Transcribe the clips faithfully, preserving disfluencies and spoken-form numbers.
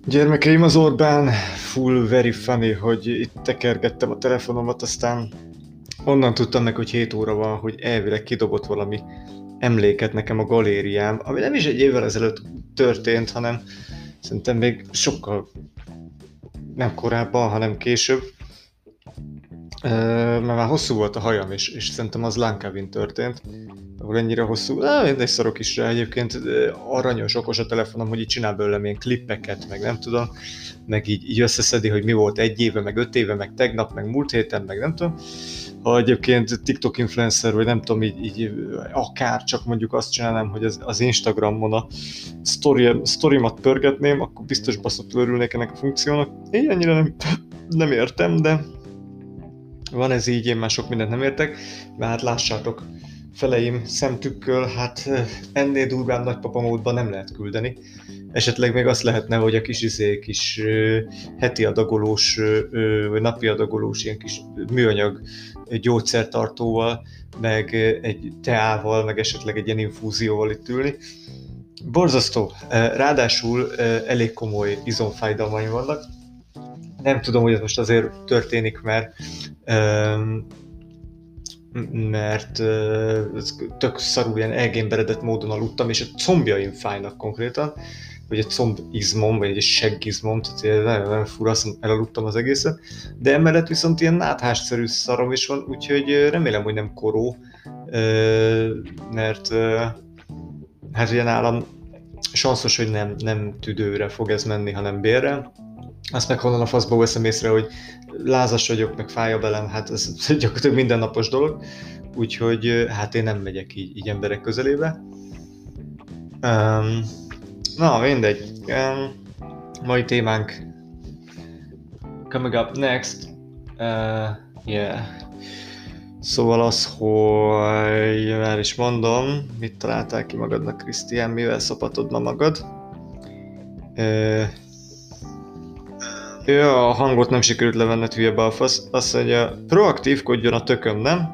Gyermekeim, az Orbán full very funny, hogy itt tekergettem a telefonomat, aztán onnan tudtam meg, hogy hét óra van, hogy elvileg kidobott valami emléket nekem a galériám, ami nem is egy évvel ezelőtt történt, hanem szerintem még sokkal nem korábban, hanem később. Mert már hosszú volt a hajam, és, és szerintem az Langkavin történt, ahol ennyire hosszú, de mindegy, szarok is rá egyébként, aranyos, okos a telefonom, hogy így csinál belőlem ilyen klippeket, meg nem tudom, meg így, így összeszedi, hogy mi volt egy éve, meg öt éve, meg tegnap, meg múlt héten, meg nem tudom. Ha egyébként TikTok influencer, vagy nem tudom, így, így akár csak mondjuk azt csinálnám, hogy az, az Instagramon a story, storymat pörgetném, akkor biztos baszottul örülnék ennek a funkciónak. Én ennyire nem, nem értem, de van ez így, én már sok mindent nem értek, mert hát lássátok, feleim szemtükköl, hát ennél durvább nagypapa módban nem lehet küldeni. Esetleg még azt lehetne, hogy a kis izé, kis uh, heti adagolós, uh, vagy napi adagolós ilyen kis műanyag gyógyszertartóval, meg egy teával, meg esetleg egy ilyen infúzióval itt ülni. Borzasztó. Ráadásul elég komoly izomfájdalmaim vannak. Nem tudom, hogy ez most azért történik, mert um, mert uh, tök szarul ilyen elgémberedett módon aludtam, és a combjaim fájnak konkrétan, vagy egy combizmom, vagy egy seggizmom, tehát nagyon, nagyon fura, azt elaludtam az egészet, de emellett viszont ilyen náthásszerű szarom is van, úgyhogy remélem, hogy nem koró, mert hát ugye nálam sanszos, hogy nem, nem tüdőre fog ez menni, hanem bélre. Azt meg honnan a faszba veszem észre, hogy lázas vagyok, meg fáj a belem, hát ez gyakorlatilag mindennapos dolog, úgyhogy hát én nem megyek így, így emberek közelébe. Um, na, mindegy. Um, mai témánk coming up next. Uh, yeah. Szóval az, hogy már is mondom, mit találtál ki magadnak, Krisztián, mivel szapatod ma magad? Uh, Ja, a hangot nem sikerült levenned, hülye balfasz. Azt mondja, proaktívkodjon a tököm, nem?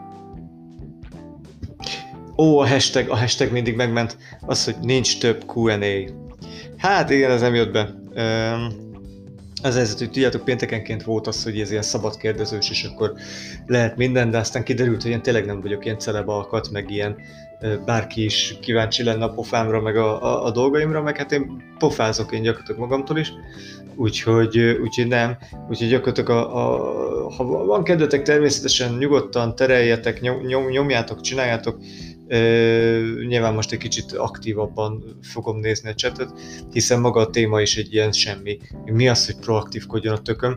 Ó, a hashtag, a hashtag mindig megment. Az, hogy nincs több kú end á. Hát igen, ez nem jött be. Az helyzet, hogy tudjátok, péntekenként volt az, hogy ez ilyen szabad kérdezős, és akkor lehet minden, de aztán kiderült, hogy én tényleg nem vagyok ilyen celeb alkat, meg ilyen bárki is kíváncsi lenne a pofámra, meg a, a, a dolgaimra, meg hát én pofázok én gyakorlatilag magamtól is. Úgyhogy, úgyhogy nem, úgyhogy gyakorlatilag a, a, ha van kedvetek, természetesen nyugodtan tereljetek, nyom, nyom, nyomjátok, csináljátok. E, nyilván most egy kicsit aktívabban fogom nézni a chatet, hiszen maga a téma is egy ilyen semmi. Mi az, hogy proaktívkodjon a tököm?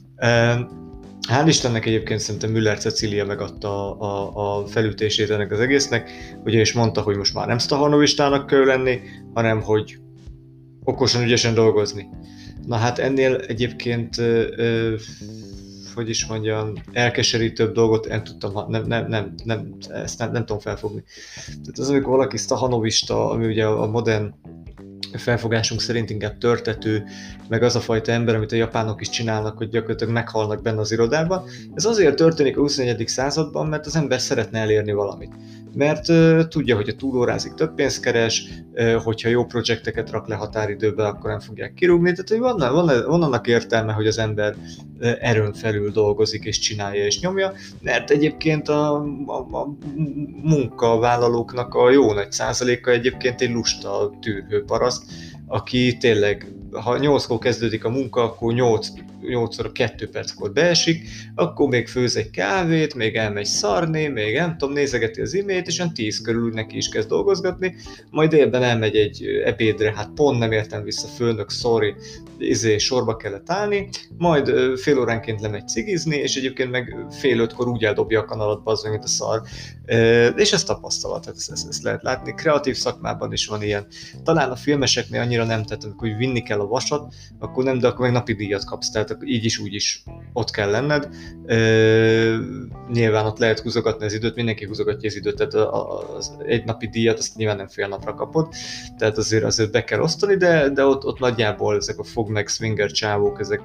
E, hál' Istennek egyébként szerintem Müller Cecília megadta a, a, a felütését ennek az egésznek, ugye és mondta, hogy most már nem sztahanovistának kell lenni, hanem hogy okosan, ügyesen dolgozni. Na hát ennél egyébként, ö, ö, hogy is mondjam, elkeserítőbb dolgot nem tudtam, nem, nem, nem, nem, ezt nem, nem tudom felfogni. Tehát az, amikor valaki sztahanovista, ami ugye a modern felfogásunk szerint inkább törtető, meg az a fajta ember, amit a japánok is csinálnak, hogy gyakorlatilag meghalnak benne az irodában. Ez azért történik a huszonegyedik században, mert az ember szeretne elérni valamit. Mert uh, tudja, hogy a túlórázik, több pénzt keres, uh, hogyha jó projekteket rak le határidőbe, akkor nem fogják kirúgni. Tehát hogy van, van, van annak értelme, hogy az ember uh, erőn felül dolgozik és csinálja és nyomja, mert egyébként a, a, a munkavállalóknak a jó nagy százaléka egyébként egy lusta tűrhő paraszt, aki tényleg, ha nyolckor kezdődik a munka, akkor nyolc, nyolcszor kettő perckor beesik, akkor még főz egy kávét, még elmegy szarni, még nem tudom, nézegeti az e-mailt, és olyan tíz körül neki is kezd dolgozgatni, majd délben elmegy egy ebédre, hát pont nem értem vissza, főnök, sorry, izé, sorba kellett állni, majd fél óránként lemegy cigizni, és egyébként meg fél ötkor úgy eldobja a kanalat, bazdmeg, mint a szar. És ez tapasztalat, ezt, ezt, ezt lehet látni. Kreatív szakmában is van ilyen. Talán a filmeseknél annyira nem, tehát amikor vinni kell a vasat, akkor nem, de akkor meg napi díjat kapsz, tehát akkor így is, úgy is ott kell lenned. E, nyilván ott lehet húzogatni az időt, mindenki húzogatja az időt, tehát az egy napi díjat azt nyilván nem fél napra kapod, tehát azért, azért be kell osztani, de, de ott, ott nagyjából ezek a fog meg swinger csávók, ezek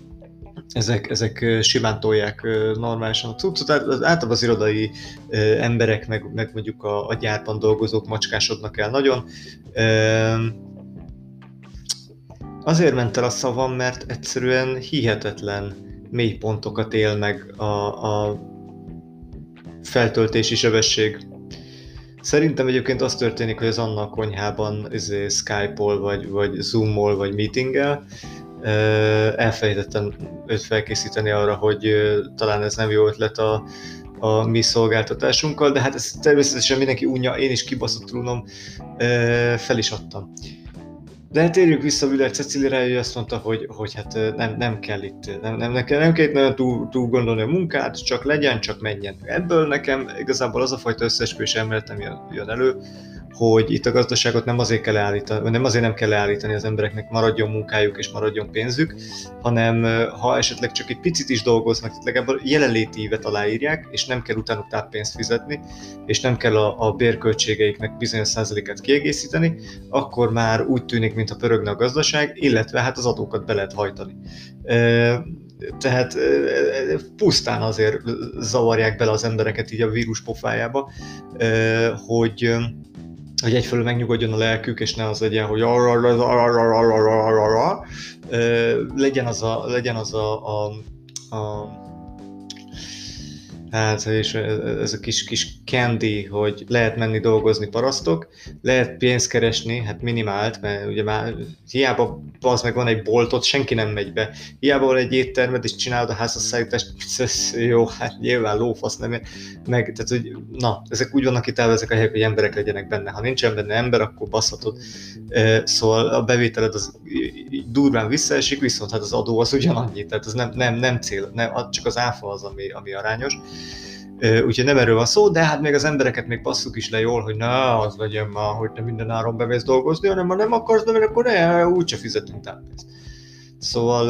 Ezek, ezek simán tolják normálisan a cuccot, tehát általában az irodai emberek, meg, meg mondjuk a, a gyárban dolgozók macskásodnak el nagyon. azért ment el a szavam, mert egyszerűen hihetetlen mélypontokat él meg a, a feltöltési sebesség. Szerintem egyébként az történik, hogy az Anna a konyhában izé, Skype-ol, vagy, vagy Zoom-ol, vagy meetinggel. Elfelejtettem őt felkészíteni arra, hogy talán ez nem jó ötlet a, a mi szolgáltatásunkkal, de hát ez természetesen mindenki unja, én is kibaszott unom, fel is adtam. De hát térjünk vissza Müller Cecilire, ő azt mondta, hogy, hogy hát nem, nem kell itt, nem, nem, nem kell, nem kell itt nagyon túl, túl gondolni a munkát, csak legyen, csak menjen. Ebből nekem igazából az a fajta összeesküvés elméletem jön, jön elő, hogy itt a gazdaságot nem azért kell leállítani, nem azért nem kell leállítani az embereknek, maradjon munkájuk és maradjon pénzük, hanem ha esetleg csak egy picit is dolgoznak, legalább a jelenléti évet aláírják, és nem kell utánuk táppénzt fizetni, és nem kell a, a bérköltségeiknek bizonyos százalékát kiegészíteni, akkor már úgy tűnik, mintha pörögne a gazdaság, illetve hát az adókat be lehet hajtani. Tehát pusztán azért zavarják bele az embereket így a vírus pofájába, hogy hogy egyfelől megnyugodjon a lelkük, és ne az legyen, hogy legyen az a, legyen az a, a, a hát és ez a kis, kis candy, hogy lehet menni dolgozni parasztok, lehet pénzt keresni, hát minimált, mert ugye már hiába az meg van egy boltot, senki nem megy be. Hiába van egy éttermed, és csinálod a házasszállítást, jó, hát nyilván lófasz, nem meg, tehát hogy na, ezek úgy vannak itt elve ezek a helyek, hogy emberek legyenek benne. Ha nincsen benne ember, akkor baszhatod. Szóval a bevételed az durván visszaesik, viszont hát az adó az ugyanannyi, tehát az nem, nem, nem cél, nem, csak az áfa az, ami, ami arányos. Úgyhogy nem erről van szó, de hát még az embereket még passzuk is le jól, hogy na, az legyen már, hogy te minden áron bemész dolgozni, hanem ha nem akarsz, de akkor ne, úgyse fizetünk táppénzt. Szóval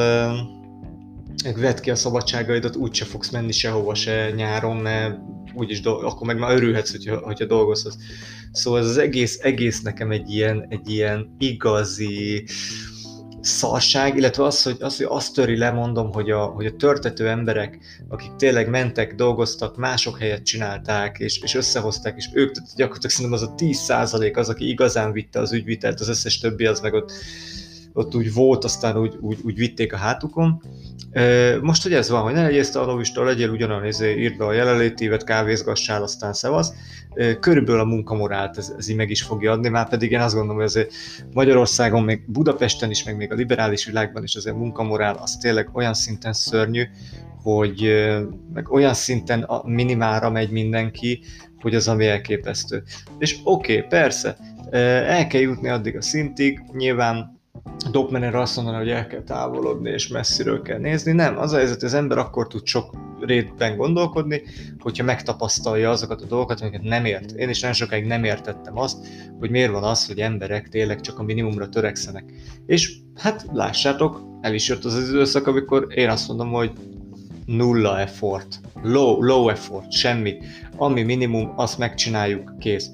vedd ki a szabadságaidat, úgyse fogsz menni sehova se nyáron, mert úgyis do- akkor meg már örülhetsz, hogyha, hogyha dolgozhatsz. Szóval ez az egész, egész nekem egy ilyen, egy ilyen igazi szarság, illetve az, hogy, az, hogy azt töri le, mondom, hogy a, hogy a törtető emberek, akik tényleg mentek, dolgoztak, mások helyet csinálták, és, és összehozták, és ők, tehát gyakorlatilag szerintem az a tíz százalék az, aki igazán vitte az ügyvitelt, az összes többi az meg ott, ott úgy volt, aztán úgy, úgy, úgy vitték a hátukon. Most, hogy ez van, hogy ne legyél sztalnovista, legyél ugyanolyan, ezért írd be a jelenlétévet, kávézgassál, aztán szevasz. Körülbelül a munkamorált ez, ez így meg is fogja adni, már pedig én azt gondolom, hogy azért Magyarországon, még Budapesten is, meg még a liberális világban is azért a munkamorál az tényleg olyan szinten szörnyű, hogy meg olyan szinten a minimálra megy mindenki, hogy az ami elképesztő. És oké, okay, persze, el kell jutni addig a szintig, nyilván Dopmaner azt mondaná, hogy el kell távolodni és messziről kell nézni. Nem, az a helyzet, hogy az ember akkor tud sok rétben gondolkodni, hogyha megtapasztalja azokat a dolgokat, amiket nem ért. Én is nagyon sokáig nem értettem azt, hogy miért van az, hogy emberek tényleg csak a minimumra törekszenek. És hát lássátok, el is jött az az időszak, amikor én azt mondom, hogy nulla effort, low, low effort, semmi. Ami minimum, azt megcsináljuk, kész.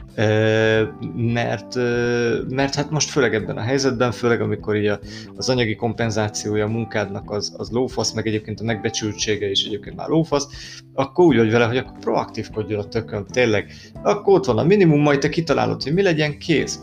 Mert, mert hát most főleg ebben a helyzetben, főleg amikor így az anyagi kompenzációja a munkádnak az, az lófasz, meg egyébként a megbecsültsége is egyébként már lófasz, akkor úgy vagy vele, hogy akkor proaktívkodjon a tököm, tényleg. Akkor ott van a minimum, majd te kitalálod, hogy mi legyen, kész.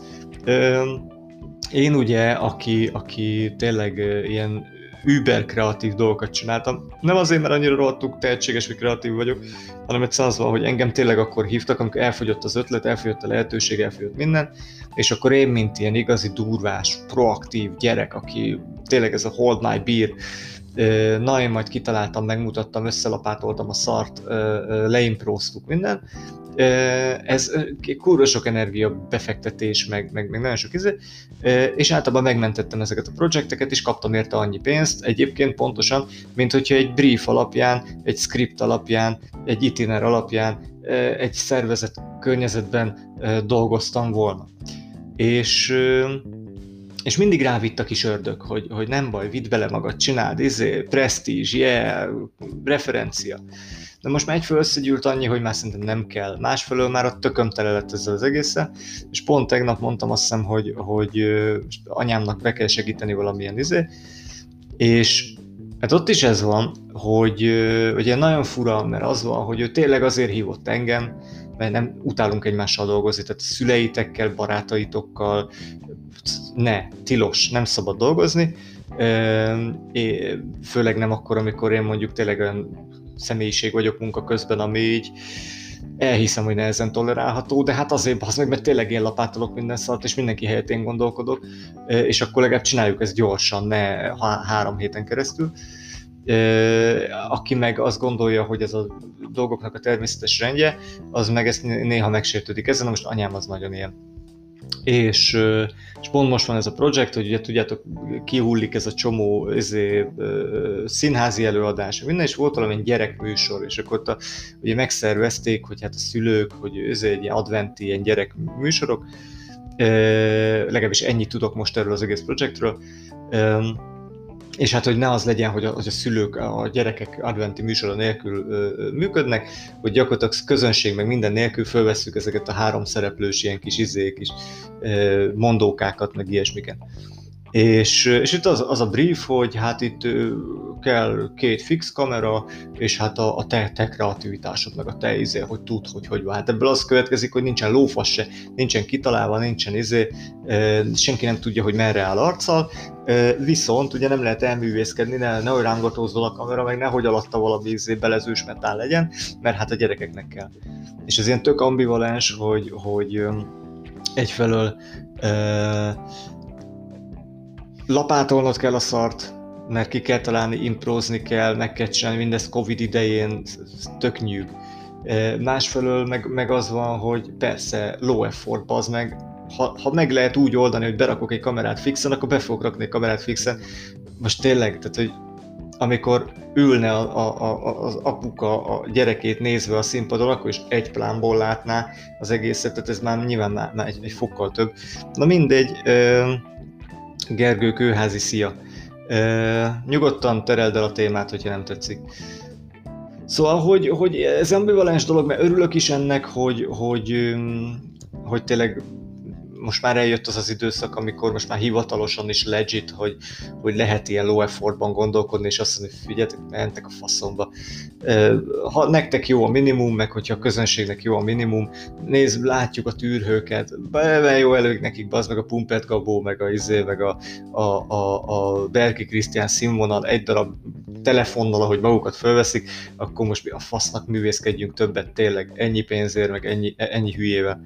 Én ugye, aki, aki tényleg ilyen über kreatív dolgokat csináltam. Nem azért, mert annyira rohadtul tehetséges vagy kreatív vagyok, hanem egyszerűen az van, hogy engem tényleg akkor hívtak, amikor elfogyott az ötlet, elfogyott a lehetőség, elfogyott minden, és akkor én, mint ilyen igazi durvás, proaktív gyerek, aki tényleg ez a hold my beer, na én majd kitaláltam, megmutattam, összelapátoltam a szart, leimpróztuk minden. Ez kurva sok energia befektetés, meg, meg, meg nagyon sok izé, és általában megmentettem ezeket a projekteket, és kaptam érte annyi pénzt, egyébként pontosan, mint hogyha egy brief alapján, egy script alapján, egy itiner alapján, egy szervezet környezetben dolgoztam volna. És És mindig rávitt a kis ördög, hogy, hogy nem baj, vidd bele magad, csináld, izé, presztízs, yeah, referencia. De most már egyfelől összegyűlt annyi, hogy már szerintem nem kell. Másfelől már a tököm tele lett ezzel az egészen, és pont tegnap mondtam azt hiszem, hogy, hogy anyámnak be kell segíteni valamilyen izé, és hát ott is ez van, hogy ugye nagyon fura, mert az van, hogy ő tényleg azért hívott engem, mert nem utálunk egymással dolgozni, tehát a szüleitekkel, barátaitokkal, ne, tilos, nem szabad dolgozni, főleg nem akkor, amikor én mondjuk tényleg olyan személyiség vagyok munka közben, ami így elhiszem, hogy nehezen tolerálható, de hát azért az meg, mert tényleg én lapátolok minden szart, és mindenki helyett én gondolkodok, és akkor legalább csináljuk ezt gyorsan, ne három héten keresztül. Aki meg azt gondolja, hogy ez a dolgoknak a természetes rendje, az meg ezt néha megsértődik ezen, most anyám az nagyon ilyen. És, és pont most van ez a projekt, hogy ugye tudjátok, kihullik ez a csomó ezé, színházi előadás, minden, és volt valamilyen gyerekműsor, és akkor ott a, ugye megszervezték, hogy hát a szülők, hogy ez egy ilyen adventi ilyen gyerekműsorok, legalábbis ennyit tudok most erről az egész projektről, és hát, hogy ne az legyen, hogy a, hogy a szülők, a gyerekek adventi műsora nélkül ö, működnek, hogy gyakorlatilag közönség meg minden nélkül fölvesszük ezeket a három szereplős ilyen kis izék is, ö, mondókákat, meg ilyesmiket. És, és itt az, az a brief, hogy hát itt ö, kell két fix kamera, és hát a, a te, te kreativitásod, meg a te izé, hogy tud, hogy hogy van. Hát ebből az következik, hogy nincsen lófasz se, nincsen kitalálva, nincsen izé, ö, senki nem tudja, hogy merre áll arccal, viszont ugye nem lehet elművészkedni, ne, nehogy rángatózzon a kamera, meg nehogy alatta valami izé belezős metál legyen, mert hát a gyerekeknek kell. És ez ilyen tök ambivalens, hogy, hogy egyfelől uh, lapátolnod kell a szart, mert ki kell találni, improzni kell, meg kell csinálni mindezt Covid idején, tök nyűg. Uh, másfelől meg, meg az van, hogy persze low effort, bazd meg, Ha, ha meg lehet úgy oldani, hogy berakok egy kamerát fixen, akkor be fogok rakni egy kamerát fixen. Most tényleg, tehát, hogy amikor ülne a, a, a, az apuka a gyerekét nézve a színpadon, akkor is egy plánból látná az egészet, tehát ez már nyilván már, már egy, egy fokkal több. Na mindegy, Gergő Kőházi, szia! Nyugodtan tereld el a témát, hogyha nem tetszik. Szóval, hogy, hogy ez ambivalens dolog, mert örülök is ennek, hogy, hogy, hogy tényleg most már eljött az az időszak, amikor most már hivatalosan is legit, hogy, hogy lehet ilyen low effortban gondolkodni, és azt mondani, hogy figyeljetek, mentek a faszomba. Ha nektek jó a minimum, meg hogyha a közönségnek jó a minimum, nézd, látjuk a tűrhőket, be jó elők nekik, bazd meg a Pumpet Gabó, meg a izé, meg a, a, a, a Berki Krisztián színvonal, egy darab telefonnal, ahogy magukat fölveszik, akkor most mi a fasznak művészkedjünk többet, tényleg ennyi pénzért, meg ennyi, ennyi hülyével.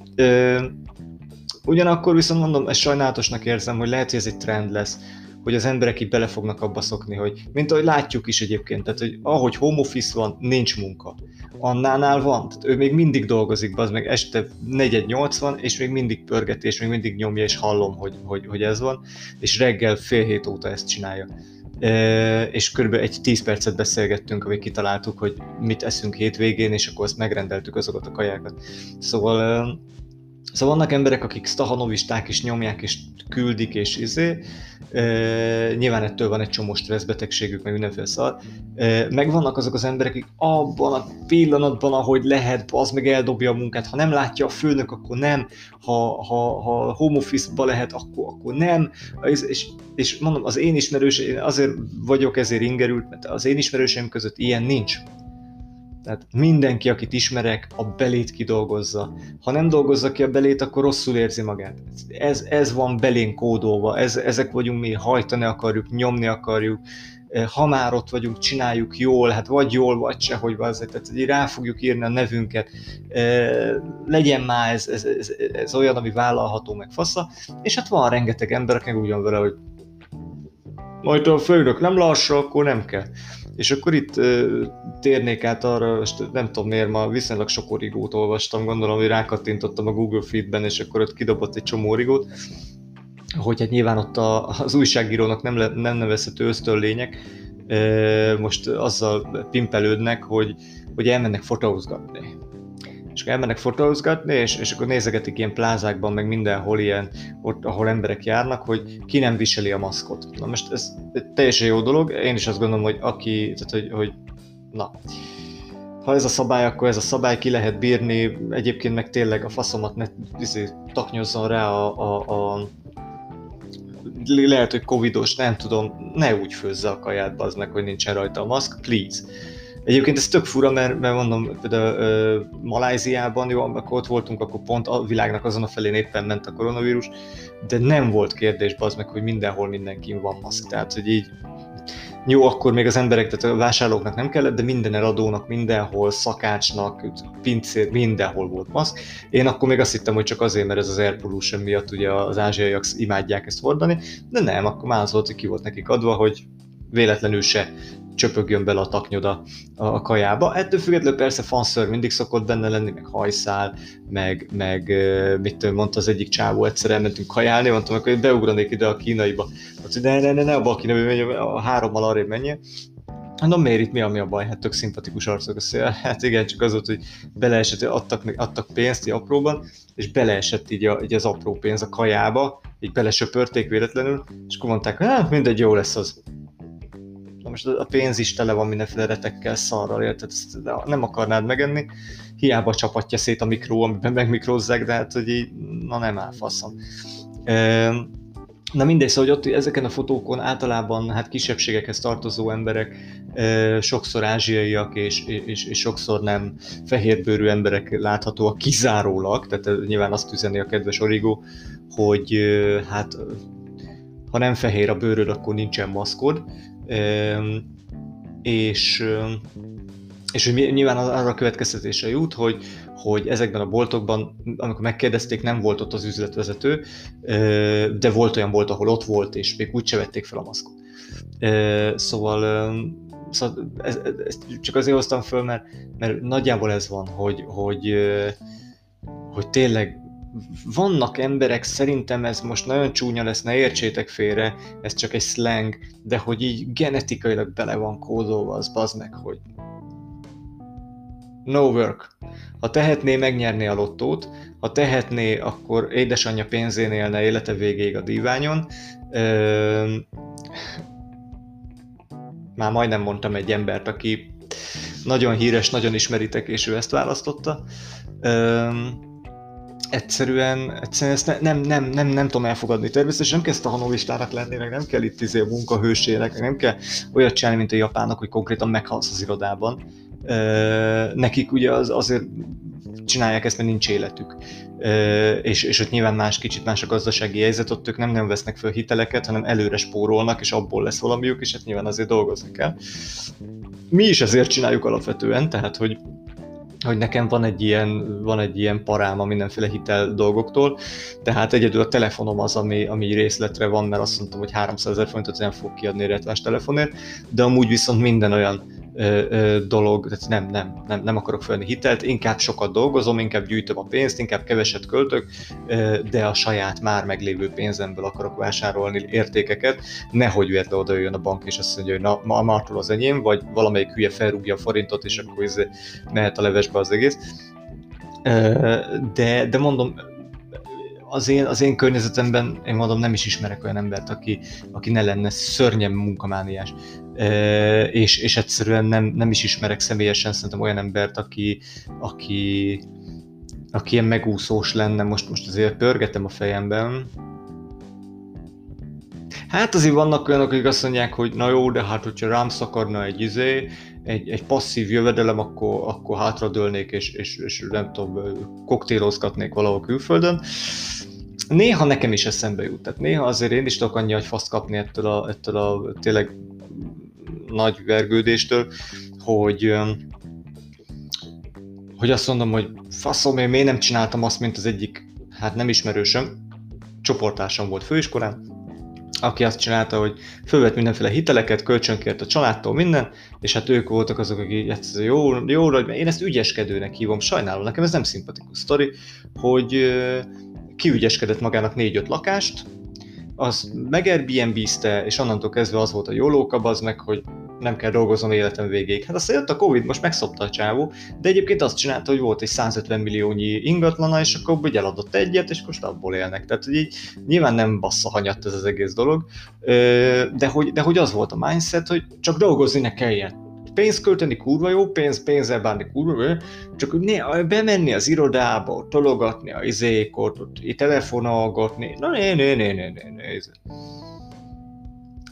Ugyanakkor viszont mondom, ezt sajnálatosnak érzem, hogy lehet, hogy ez egy trend lesz, hogy az emberek így bele fognak abba szokni, hogy mint ahogy látjuk is egyébként, tehát hogy ahogy home office van, nincs munka. Annánál van, tehát ő még mindig dolgozik, bazd meg este negyed nyolcvan, és még mindig pörgeti, és még mindig nyomja, és hallom, hogy, hogy, hogy ez van, és reggel fél hét óta ezt csinálja. E, és körülbelül egy tíz percet beszélgettünk, amíg kitaláltuk, hogy mit eszünk hétvégén, és akkor azt megrendeltük azokat a kajákat. Szóval Szóval vannak emberek, akik stahanovisták is nyomják, és küldik, és izé. E, nyilván ettől van egy csomó stresszbetegségük, meg mindenféle szar. E, meg vannak azok az emberek, akik abban a pillanatban, ahogy lehet, az meg eldobja a munkát. Ha nem látja a főnök, akkor nem. Ha, ha, ha home office-ba lehet, akkor, akkor nem. És, és mondom, az én ismerőseim, azért vagyok ezért ingerült, mert az én ismerőseim között ilyen nincs. Tehát mindenki, akit ismerek, a belét kidolgozza. Ha nem dolgozza ki a belét, akkor rosszul érzi magát. Ez, ez van belén kódolva, ez, ezek vagyunk mi, hajtani akarjuk, nyomni akarjuk. Ha már ott vagyunk, csináljuk jól, hát vagy jól, vagy sehogy azért, tehát rá fogjuk írni a nevünket. Legyen már ez, ez, ez, ez olyan, ami vállalható, meg fasza. És hát van rengeteg ember, aki úgy van vele, hogy majd a főnök nem lassa, akkor nem kell. És akkor itt uh, térnék át arra, nem tudom miért, ma viszonylag sok origót olvastam, gondolom, hogy rákattintottam a Google Feedben, és akkor ott kidobott egy csomó origót, hogy hát nyilván ott a, az újságírónak nem, le, nem nevezhető ösztönlények, uh, most azzal pimpelődnek, hogy, hogy elmennek fotózgatni. És akkor elmennek fotózgatni, és, és akkor nézegetik ilyen plázákban, meg mindenhol ilyen, ott, ahol emberek járnak, hogy ki nem viseli a maszkot. Na most ez teljesen jó dolog, én is azt gondolom, hogy aki, tehát hogy, hogy na, ha ez a szabály, akkor ez a szabály, ki lehet bírni, egyébként meg tényleg a faszomat ne taknyozzon rá a, a, a lehet, hogy covidos, nem tudom, ne úgy főzze a kaját, bazd meg, hogy nincsen rajta a maszk, please. Egyébként ez tök fura, mert, mert mondom, például ö, Malajziában, jó, amikor ott voltunk, akkor pont a világnak azon a felén éppen ment a koronavírus, de nem volt kérdés, bazd meg, hogy mindenhol mindenkin van maszk. Tehát, hogy így jó, akkor még az emberek, tehát a vásárlóknak nem kellett, de minden eladónak, mindenhol, szakácsnak, pincér, mindenhol volt maszk. Én akkor még azt hittem, hogy csak azért, mert ez az air pollution miatt ugye az ázsiaiak imádják ezt hordani, de nem, akkor már az volt, hogy ki volt nekik adva, hogy véletlenül se csöpögjön bele a taknyoda a kajába. Ettől függetlenül persze fanször mindig szokott benne lenni, meg hajszál, meg, meg mit tudom, mondta az egyik csávó, egyszer elmentünk kajálni, mondtam, hogy beugranék ide a kínaiba. Mondta, ne, ne, ne, ne abba a kínaiba menjen, a hárommal arrébb menjen. Mondom, miért itt, mi a, mi a baj? Hát tök szimpatikus arcok a szél. Hát igen, csak az volt, hogy beleesett, adtak, adtak pénzt így apróban, és beleesett így, a, így az apró pénz a kajába, így belesöpörték véletlenül, és akkor mondták, hát mindegy, jó lesz az. Na most a pénz is tele van mindenféle retekkel, szarral, érted? Ezt nem akarnád megenni, hiába csapatja szét a mikró, amiben megmikrózzák, de hát, hogy így, na nem áll faszom. Na mindegy, szóval, hogy ott ezeken a fotókon általában hát kisebbségekhez tartozó emberek, sokszor ázsiaiak és, és, és sokszor nem fehérbőrű emberek láthatóak kizárólag, tehát nyilván azt üzeni a kedves Origo, hogy hát ha nem fehér a bőröd, akkor nincsen maszkod. És, és nyilván arra a következtetésre jut, hogy, hogy ezekben a boltokban, amikor megkérdezték, nem volt ott az üzletvezető, de volt olyan bolt, ahol ott volt, és még úgyse vették fel a maszkot. Szóval, szóval ezt, ezt csak azért hoztam föl, mert, mert nagyjából ez van, hogy, hogy, hogy tényleg vannak emberek, szerintem ez most nagyon csúnya lesz, ne értsétek félre, ez csak egy slang, de hogy így genetikailag bele van kódolva, az bazd meg, hogy no work. Ha tehetné, megnyerné a lottót, ha tehetné, akkor édesanyja pénzén élne élete végéig a díványon. Ö... Már majdnem mondtam egy embert, aki nagyon híres, nagyon ismeritek, és ő ezt választotta. Ö... Egyszerűen, egyszerűen ezt ne, nem, nem, nem, nem tudom elfogadni. Természetesen nem kell stahanovistának lenni, meg nem kell itt izé a munkahősének, meg nem kell olyat csinálni, mint a japánok, hogy konkrétan meghalsz az irodában. Ö, nekik ugye az, azért csinálják ezt, mert nincs életük. Ö, és, és ott nyilván más, kicsit más a gazdasági helyzet, ott ők nem, nem vesznek föl hiteleket, hanem előre spórolnak, és abból lesz valamiük, és hát nyilván azért dolgozni kell. Mi is ezért csináljuk alapvetően, tehát hogy hogy nekem van egy ilyen, van egy ilyen parám a mindenféle hitel dolgoktól, tehát egyedül a telefonom az, ami, ami részletre van, mert azt mondtam, hogy háromszázezer forintot nem fog kiadni retvás telefonért, de amúgy viszont minden olyan ö, ö, dolog, tehát nem, nem, nem, nem akarok felvenni hitelt, inkább sokat dolgozom, inkább gyűjtöm a pénzt, inkább keveset költök, ö, de a saját már meglévő pénzemből akarok vásárolni értékeket, nehogy véletlenül oda jöjjön a bank és azt mondja, hogy na, ma mától az enyém, vagy valamelyik hülye felrúgja a forintot, és akkor ez mehet a levesbe az egész. Ö, de, de mondom, az én, az én környezetemben, én mondom, nem is ismerek olyan embert, aki, aki ne lenne szörnyen munkamániás. E, és, és egyszerűen nem, nem is ismerek személyesen szerintem olyan embert, aki, aki, aki ilyen megúszós lenne. Most, most azért pörgetem a fejemben. Hát azért vannak olyanok, akik azt mondják, hogy na jó, de hát hogyha rám szakadna egy izé, egy, egy passzív jövedelem, akkor, akkor hátradőlnék, és, és, és nem tudom, koktélozgatnék valahol külföldön. Néha nekem is eszembe jut, tehát néha azért én is tudok annyi agyfaszt kapni ettől a, ettől a tényleg nagy vergődéstől, hogy, hogy azt mondom, hogy faszom, én miért nem csináltam azt, mint az egyik, hát nem ismerősöm, csoporttársam volt főiskolán, aki azt csinálta, hogy fölvett mindenféle hiteleket, kölcsönkért a családtól minden, és hát ők voltak azok, akik ezt jó, jó, én ezt ügyeskedőnek hívom, sajnálom, nekem ez nem szimpatikus sztori, hogy kiügyeskedett magának négy-öt lakást, azt meg Airbnb-zte, és onnantól kezdve az volt a jó lókab, az meg, hogy nem kell dolgoznom életem végéig. Hát aztán jött a Covid, most megszopta a csávó, de egyébként azt csinálta, hogy volt egy százötven milliónyi ingatlana, és akkor úgy eladott egyet, és most abból élnek. Tehát, hogy így nyilván nem bassza hanyatt ez az egész dolog, de hogy, de hogy az volt a mindset, hogy csak dolgozni ne kelljen. Pénzt költeni kurva jó, pénz, pénzzel bánni kurva jó, csak ne, bemenni az irodába, tologatni a izékot, telefonálgatni, na né, né, né, né, né, né.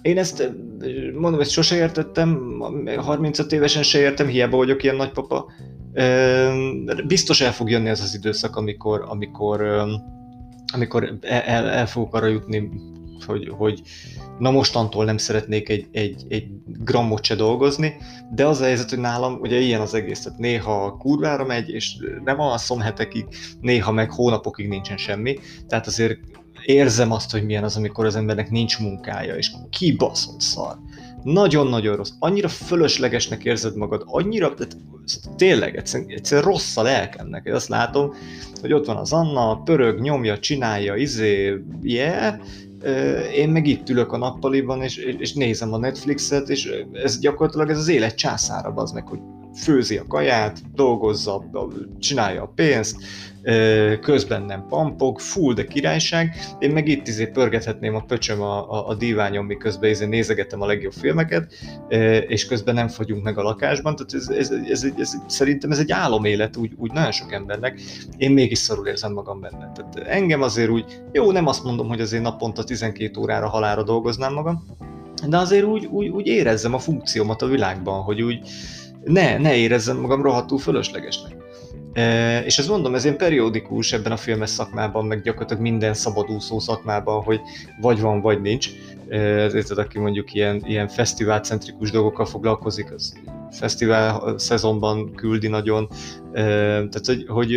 én ezt, mondom, ezt sose értettem, harmincöt évesen se értem, hiába vagyok ilyen nagypapa. Biztos el fog jönni ez az időszak, amikor, amikor, amikor el, el fogok arra jutni, hogy, hogy na mostantól nem szeretnék egy, egy, egy grammot se dolgozni, de az a helyzet, hogy nálam ugye ilyen az egész, tehát néha kurvára megy, és nem alszom hetekig, néha meg hónapokig nincsen semmi, tehát azért érzem azt, hogy milyen az, amikor az embernek nincs munkája, és kibaszott szar. Nagyon-nagyon rossz. Annyira fölöslegesnek érzed magad, annyira, tényleg, egyszerűen, egyszerűen rossz a lelkemnek. Én azt látom, hogy ott van az Anna, pörög, nyomja, csinálja, izé, yeah, én meg itt ülök a nappaliban, és, és nézem a Netflixet, és ez gyakorlatilag ez az élet császára, az meg, hogy főzi a kaját, dolgozza, csinálja a pénzt, közben nem pampog, full, de királyság. Én meg itt izé pörgethetném a pöcsöm a, a, a díványon, miközben izé nézegetem a legjobb filmeket, és közben nem fagyunk meg a lakásban. Tehát ez, ez, ez, ez, ez, szerintem ez egy álomélet úgy, úgy nagyon sok embernek. Én mégis szarul érzem magam benne. Tehát engem azért úgy, jó, nem azt mondom, hogy azért naponta tizenkét órára halálra dolgoznám magam, de azért úgy, úgy, úgy érezzem a funkciómat a világban, hogy úgy ne, ne érezzem magam rohadtul fölöslegesnek. E, és ezt mondom, ez ilyen periódikus ebben a filmes szakmában, meg gyakorlatilag minden szabadúszó szakmában, hogy vagy van, vagy nincs. Ezért, aki mondjuk ilyen, ilyen fesztiválcentrikus dolgokkal foglalkozik, az fesztivál szezonban küldi nagyon. E, tehát, hogy, hogy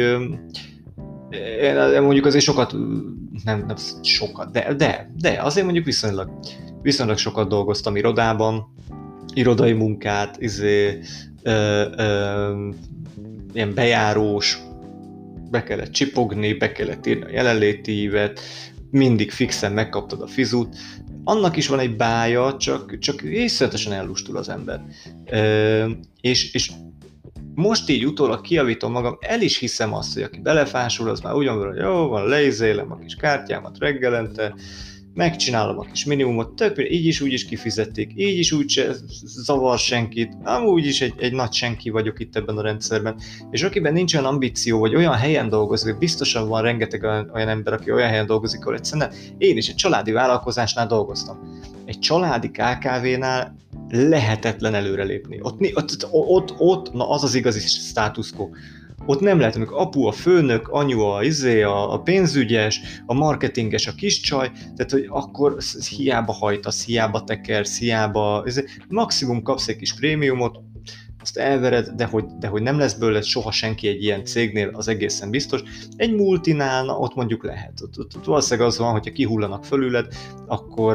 én mondjuk azért sokat, nem, nem sokat, de, de, de azért mondjuk viszonylag, viszonylag sokat dolgoztam irodában, irodai munkát, izé, ö, ö, ilyen bejárós, be kellett csipogni, be kellett írni a jelenléti ívet, mindig fixen megkaptad a fizut. Annak is van egy bája, csak, csak észretesen ellustul az ember. Ö, és, és most így utólag kijavítom magam, el is hiszem azt, hogy aki belefásul, az már ugyanúgy, hogy jó, van, leizélem a kis kártyámat reggelente, megcsinálom a kis minimumot, tök, így is úgy is kifizették, így is úgy se zavar senkit, amúgy is egy, egy nagy senki vagyok itt ebben a rendszerben, és akiben nincs olyan ambíció, vagy olyan helyen dolgozik, biztosan van rengeteg olyan, olyan ember, aki olyan helyen dolgozik, ahol egyszerűen én is egy családi vállalkozásnál dolgoztam. Egy családi ká ká vénál lehetetlen előrelépni. Ott, ott, ott, ott na az az igazi status quo. Ott nem lehet, amikor apu a főnök, anyu a, izé, a, a pénzügyes, a marketinges a kis csaj, tehát hogy akkor hiába hajtasz, hiába tekersz, hiába, izé, maximum kapsz egy kis prémiumot, azt elvered, de hogy, de hogy nem lesz belőle soha senki egy ilyen cégnél, az egészen biztos. Egy multinál, na, ott mondjuk lehet. Ott, ott, ott valószínűleg az van, hogyha kihullanak fölüled, akkor...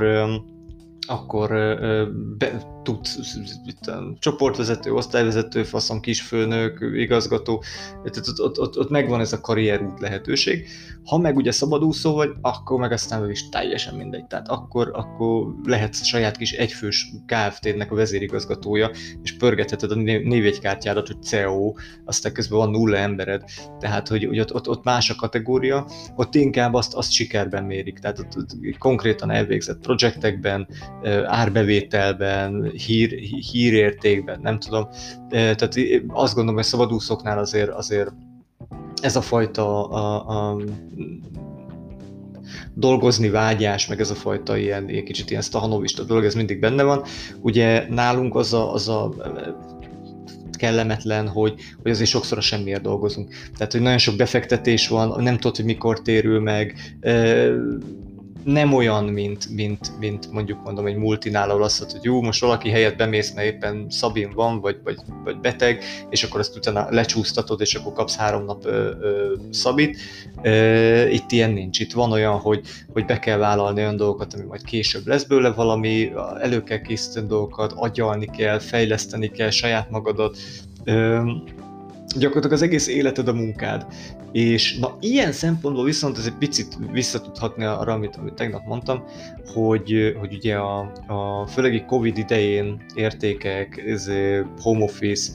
akkor be, tud csoportvezető, osztályvezető, faszom, kisfőnök, igazgató, ott, ott, ott, ott megvan ez a karrierút lehetőség. Ha meg ugye szabadúszó vagy, akkor meg aztán is teljesen mindegy. Tehát akkor, akkor lehetsz saját kis egyfős ká ef té-nek a vezérigazgatója, és pörgetheted a névjegykártyádat, hogy cé e o, aztán közben van nulla embered. Tehát, hogy, hogy ott, ott, ott más a kategória, ott inkább azt, azt sikerben mérik. Tehát ott, ott konkrétan elvégzett projektekben, árbevételben, hír, hírértékben, nem tudom. Tehát azt gondolom, hogy szabadúszóknál azért, azért ez a fajta a, a, dolgozni vágyás, meg ez a fajta ilyen, ilyen kicsit ilyen stahanovista dolog, ez mindig benne van. Ugye nálunk az a, az a kellemetlen, hogy, hogy azért sokszor a semmiért dolgozunk. Tehát, hogy nagyon sok befektetés van, nem tudod, hogy mikor térül meg, nem olyan, mint, mint, mint mondjuk mondom egy multinál, ahol azt mondod, hogy jó, most valaki helyett bemész, mert éppen szabin van, vagy, vagy, vagy beteg, és akkor azt utána lecsúsztatod, és akkor kapsz három nap ö, ö, szabit. Ö, itt ilyen nincs. Itt van olyan, hogy, hogy be kell vállalni olyan dolgokat, ami majd később lesz belőle valami, elő kell készíteni dolgokat, agyalni kell, fejleszteni kell saját magadat. Ö, gyakorlatilag az egész életed a munkád. És na ilyen szempontból viszont ez egy picit vissza tud hatni arra, amit, amit tegnap mondtam, hogy, hogy ugye a, a főleg a Covid idején értékek, ez home office,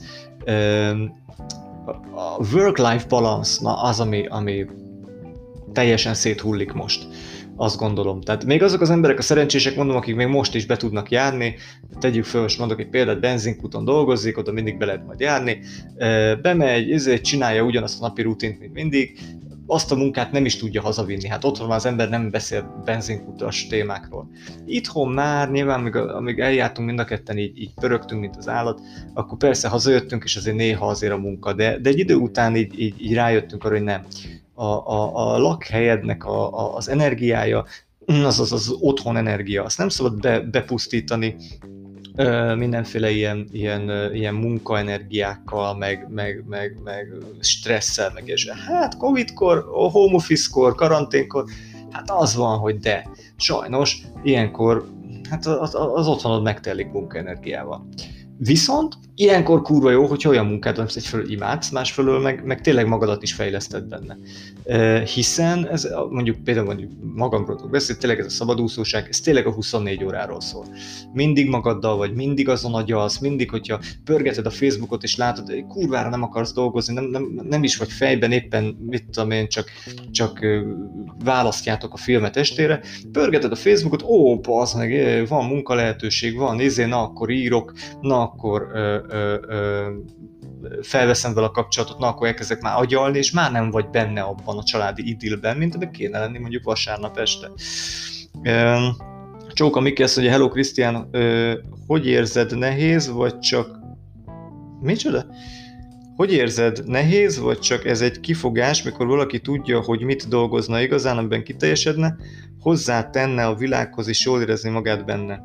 a work-life balance, na az, ami, ami teljesen széthullik most. Azt gondolom. Tehát még azok az emberek, a szerencsések, mondom, akik még most is be tudnak járni, tegyük föl, most mondok egy példát, benzinkúton dolgozik, oda mindig be lehet majd járni, bemegy, ezért csinálja ugyanazt a napi rutint, mint mindig, azt a munkát nem is tudja hazavinni. Hát otthon már az ember nem beszél benzinkutas témákról. Itthon már nyilván, amíg, amíg eljártunk mind a ketten, így, így pörögtünk, mint az állat, akkor persze hazajöttünk, és azért néha azért a munka, de, de egy idő után így, így, így rájöttünk arra, hogy nem. A, a, a lakhelyednek a, a, az energiája, az, az az otthon energia, azt nem szabad be, bepusztítani ö, mindenféle ilyen, ilyen, ilyen munkaenergiákkal, meg, meg, meg, meg stresszel, meg és hát Covid-kor, home office-kor, karanténkor, hát az van, hogy de. Sajnos ilyenkor hát az, az otthonod megtelik munkaenergiával. Viszont ilyenkor kurva jó, hogy olyan munkád van, egyfelől imádsz, másfelől meg, meg tényleg magadat is fejleszted benne. Uh, hiszen ez mondjuk például mondjuk magamról beszél, tényleg ez a szabadúszóság, ez tényleg a huszonnégy óráról szól. Mindig magaddal vagy, mindig azon agyalsz, mindig, hogyha pörgeted a Facebookot és látod, hogy kurvára nem akarsz dolgozni, nem, nem, nem is vagy fejben éppen, mit tudom én, csak, csak uh, választjátok a filmet estére, pörgeted a Facebookot, ó, bazd meg, van munkalehetőség, van, izé, na akkor írok, na akkor ö, ö, ö, felveszem vele a kapcsolatot, na akkor elkezdek már agyalni, és már nem vagy benne abban a családi idillben, mint ami kéne lenni mondjuk vasárnap este. Csóka Miki azt mondja, hello Krisztián, hogy érzed, nehéz, vagy csak... Micsoda? Hogy érzed, nehéz, vagy csak ez egy kifogás, mikor valaki tudja, hogy mit dolgozna igazán, amiben kiteljesedne, hozzá tenne a világhoz és jól érezni magát benne?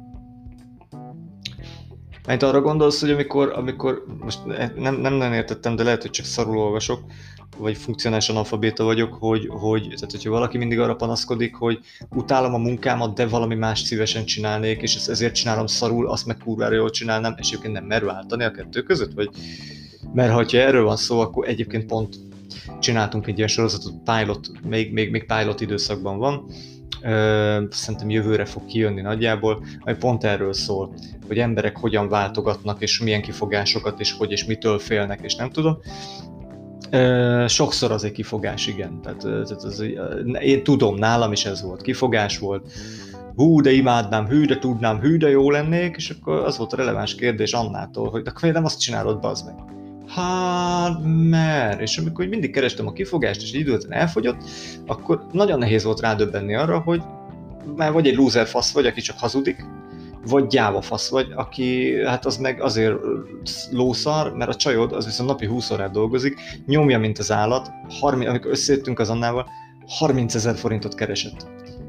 Mert arra gondolsz, hogy amikor, amikor most nem, nem nagyon értettem, de lehet, hogy csak szarul olvasok, vagy funkcionális analfabéta vagyok, hogy, hogy tehát, hogyha valaki mindig arra panaszkodik, hogy utálom a munkámat, de valami más szívesen csinálnék, és ezt ezért csinálom szarul, azt meg kurvára jól csinálnám, és egyébként nem mer váltani a kettő között, vagy... Mert ha erről van szó, akkor egyébként pont csináltunk egy ilyen sorozatot, pilot, még, még, még pilot időszakban van, Ö, szerintem jövőre fog kijönni nagyjából, ami pont erről szól, hogy emberek hogyan váltogatnak, és milyen kifogásokat, és hogy és mitől félnek, és nem tudom. Ö, sokszor az egy kifogás, igen. Tehát, tehát az, én tudom, nálam is ez volt, kifogás volt. Hú, de imádnám, hű, de tudnám, hű, de jó lennék, és akkor az volt a releváns kérdés Annától, hogy de akkor nem azt csinálod, bazd meg. Hát, mert, és amikor mindig kerestem a kifogást, és egy idő után elfogyott, akkor nagyon nehéz volt rádöbbenni arra, hogy már vagy egy loser fasz vagy, aki csak hazudik, vagy gyáva fasz vagy, aki hát az meg azért lószar, mert a csajod az viszont napi húsz órát dolgozik, nyomja, mint az állat, harminc, amikor összejöttünk az Annával, harmincezer forintot keresett.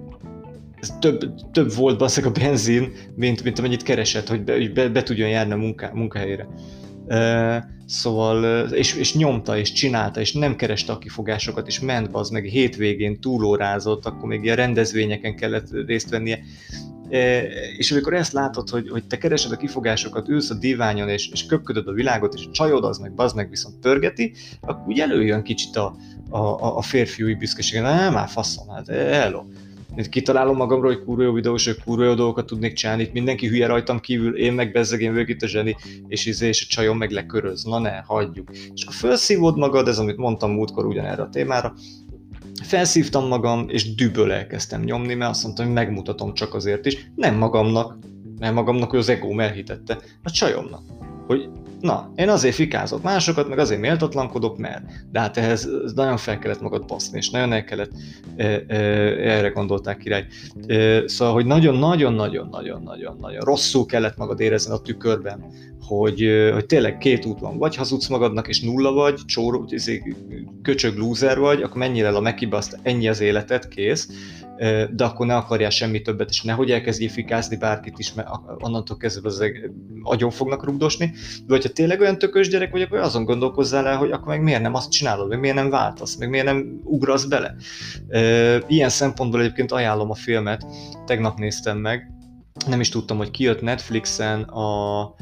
Ez több, több volt basszak a benzin, mint, mint amennyit keresett, hogy be, be, be tudjon járni a munka, munkahelyére. Uh, szóval, és, és nyomta, és csinálta, és nem kereste a kifogásokat, és ment bazd meg, hétvégén túlórázott, akkor még ilyen rendezvényeken kellett részt vennie. Uh, és amikor ezt látod, hogy, hogy te keresed a kifogásokat, ülsz a diványon, és, és köpködöd a világot, és a csajod az meg bazd meg viszont pörgeti, akkor úgy előjön kicsit a, a, a férfiúi büszkeség. Nem, már faszom, hát hello. Kitalálom magamról, hogy kurva jó videós, hogy kurva jó dolgokat tudnék csinálni, itt mindenki hülye rajtam kívül, én meg bezzeg, én vagyok itt a zseni, és, izé, és a csajom meg leköröz. Na ne, hagyjuk. És akkor felszívod magad, ez amit mondtam múltkor ugyanerre a témára, felszívtam magam, és düböl elkezdtem nyomni, mert azt mondtam, hogy megmutatom csak azért is, nem magamnak, nem magamnak, hogy az egóm elhitette, a csajomnak, hogy na, én azért fikázok másokat, meg azért méltatlankodok, mert de hát ehhez nagyon fel kellett magad baszni, és nagyon el kellett, e, e, erre gondolták király. E, szóval, hogy nagyon-nagyon-nagyon-nagyon-nagyon-nagyon rosszul kellett magad érezni a tükörben, hogy, hogy tényleg két út van, vagy hazudsz magadnak, és nulla vagy, csóró, köcsög lúzer vagy, akkor menjél el a Mekibe, azt ennyi az életed, kész, de akkor ne akarjál semmi többet, és nehogy elkezdjél fikázni bárkit is, mert onnantól kezdve az agyon fognak rugdosni, de hogyha tényleg olyan tökös gyerek vagy, akkor azon gondolkozzál el, hogy akkor meg miért nem azt csinálod, meg miért nem váltasz, meg miért nem ugrasz bele. Ilyen szempontból egyébként ajánlom a filmet, tegnap néztem meg, nem is tudtam, hogy kijött Netflixen a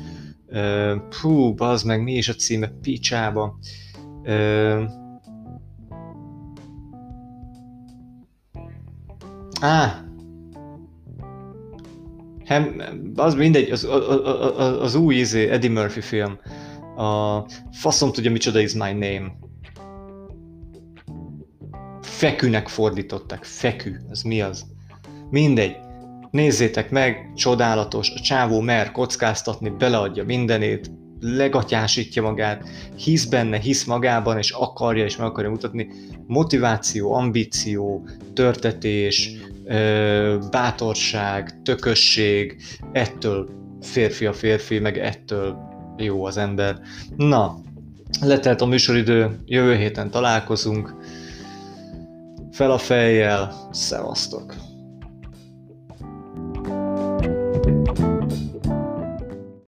hú, bazd meg, mi is a címe, picsába. Á, Hem, az mindegy, az, az, az, az új izé, Eddie Murphy film. A faszom tudja, micsoda is my name. Fekünek fordították, fekü, ez mi az? Mindegy, nézzétek meg, csodálatos, a csávó mer kockáztatni, beleadja mindenét, legatyásítja magát, hisz benne, hisz magában, és akarja, és meg akarja mutatni. Motiváció, ambíció, törtetés, bátorság, tökösség, ettől férfi a férfi, meg ettől jó az ember. Na, letelt a műsoridő, jövő héten találkozunk. Fel a fejjel, szevasztok!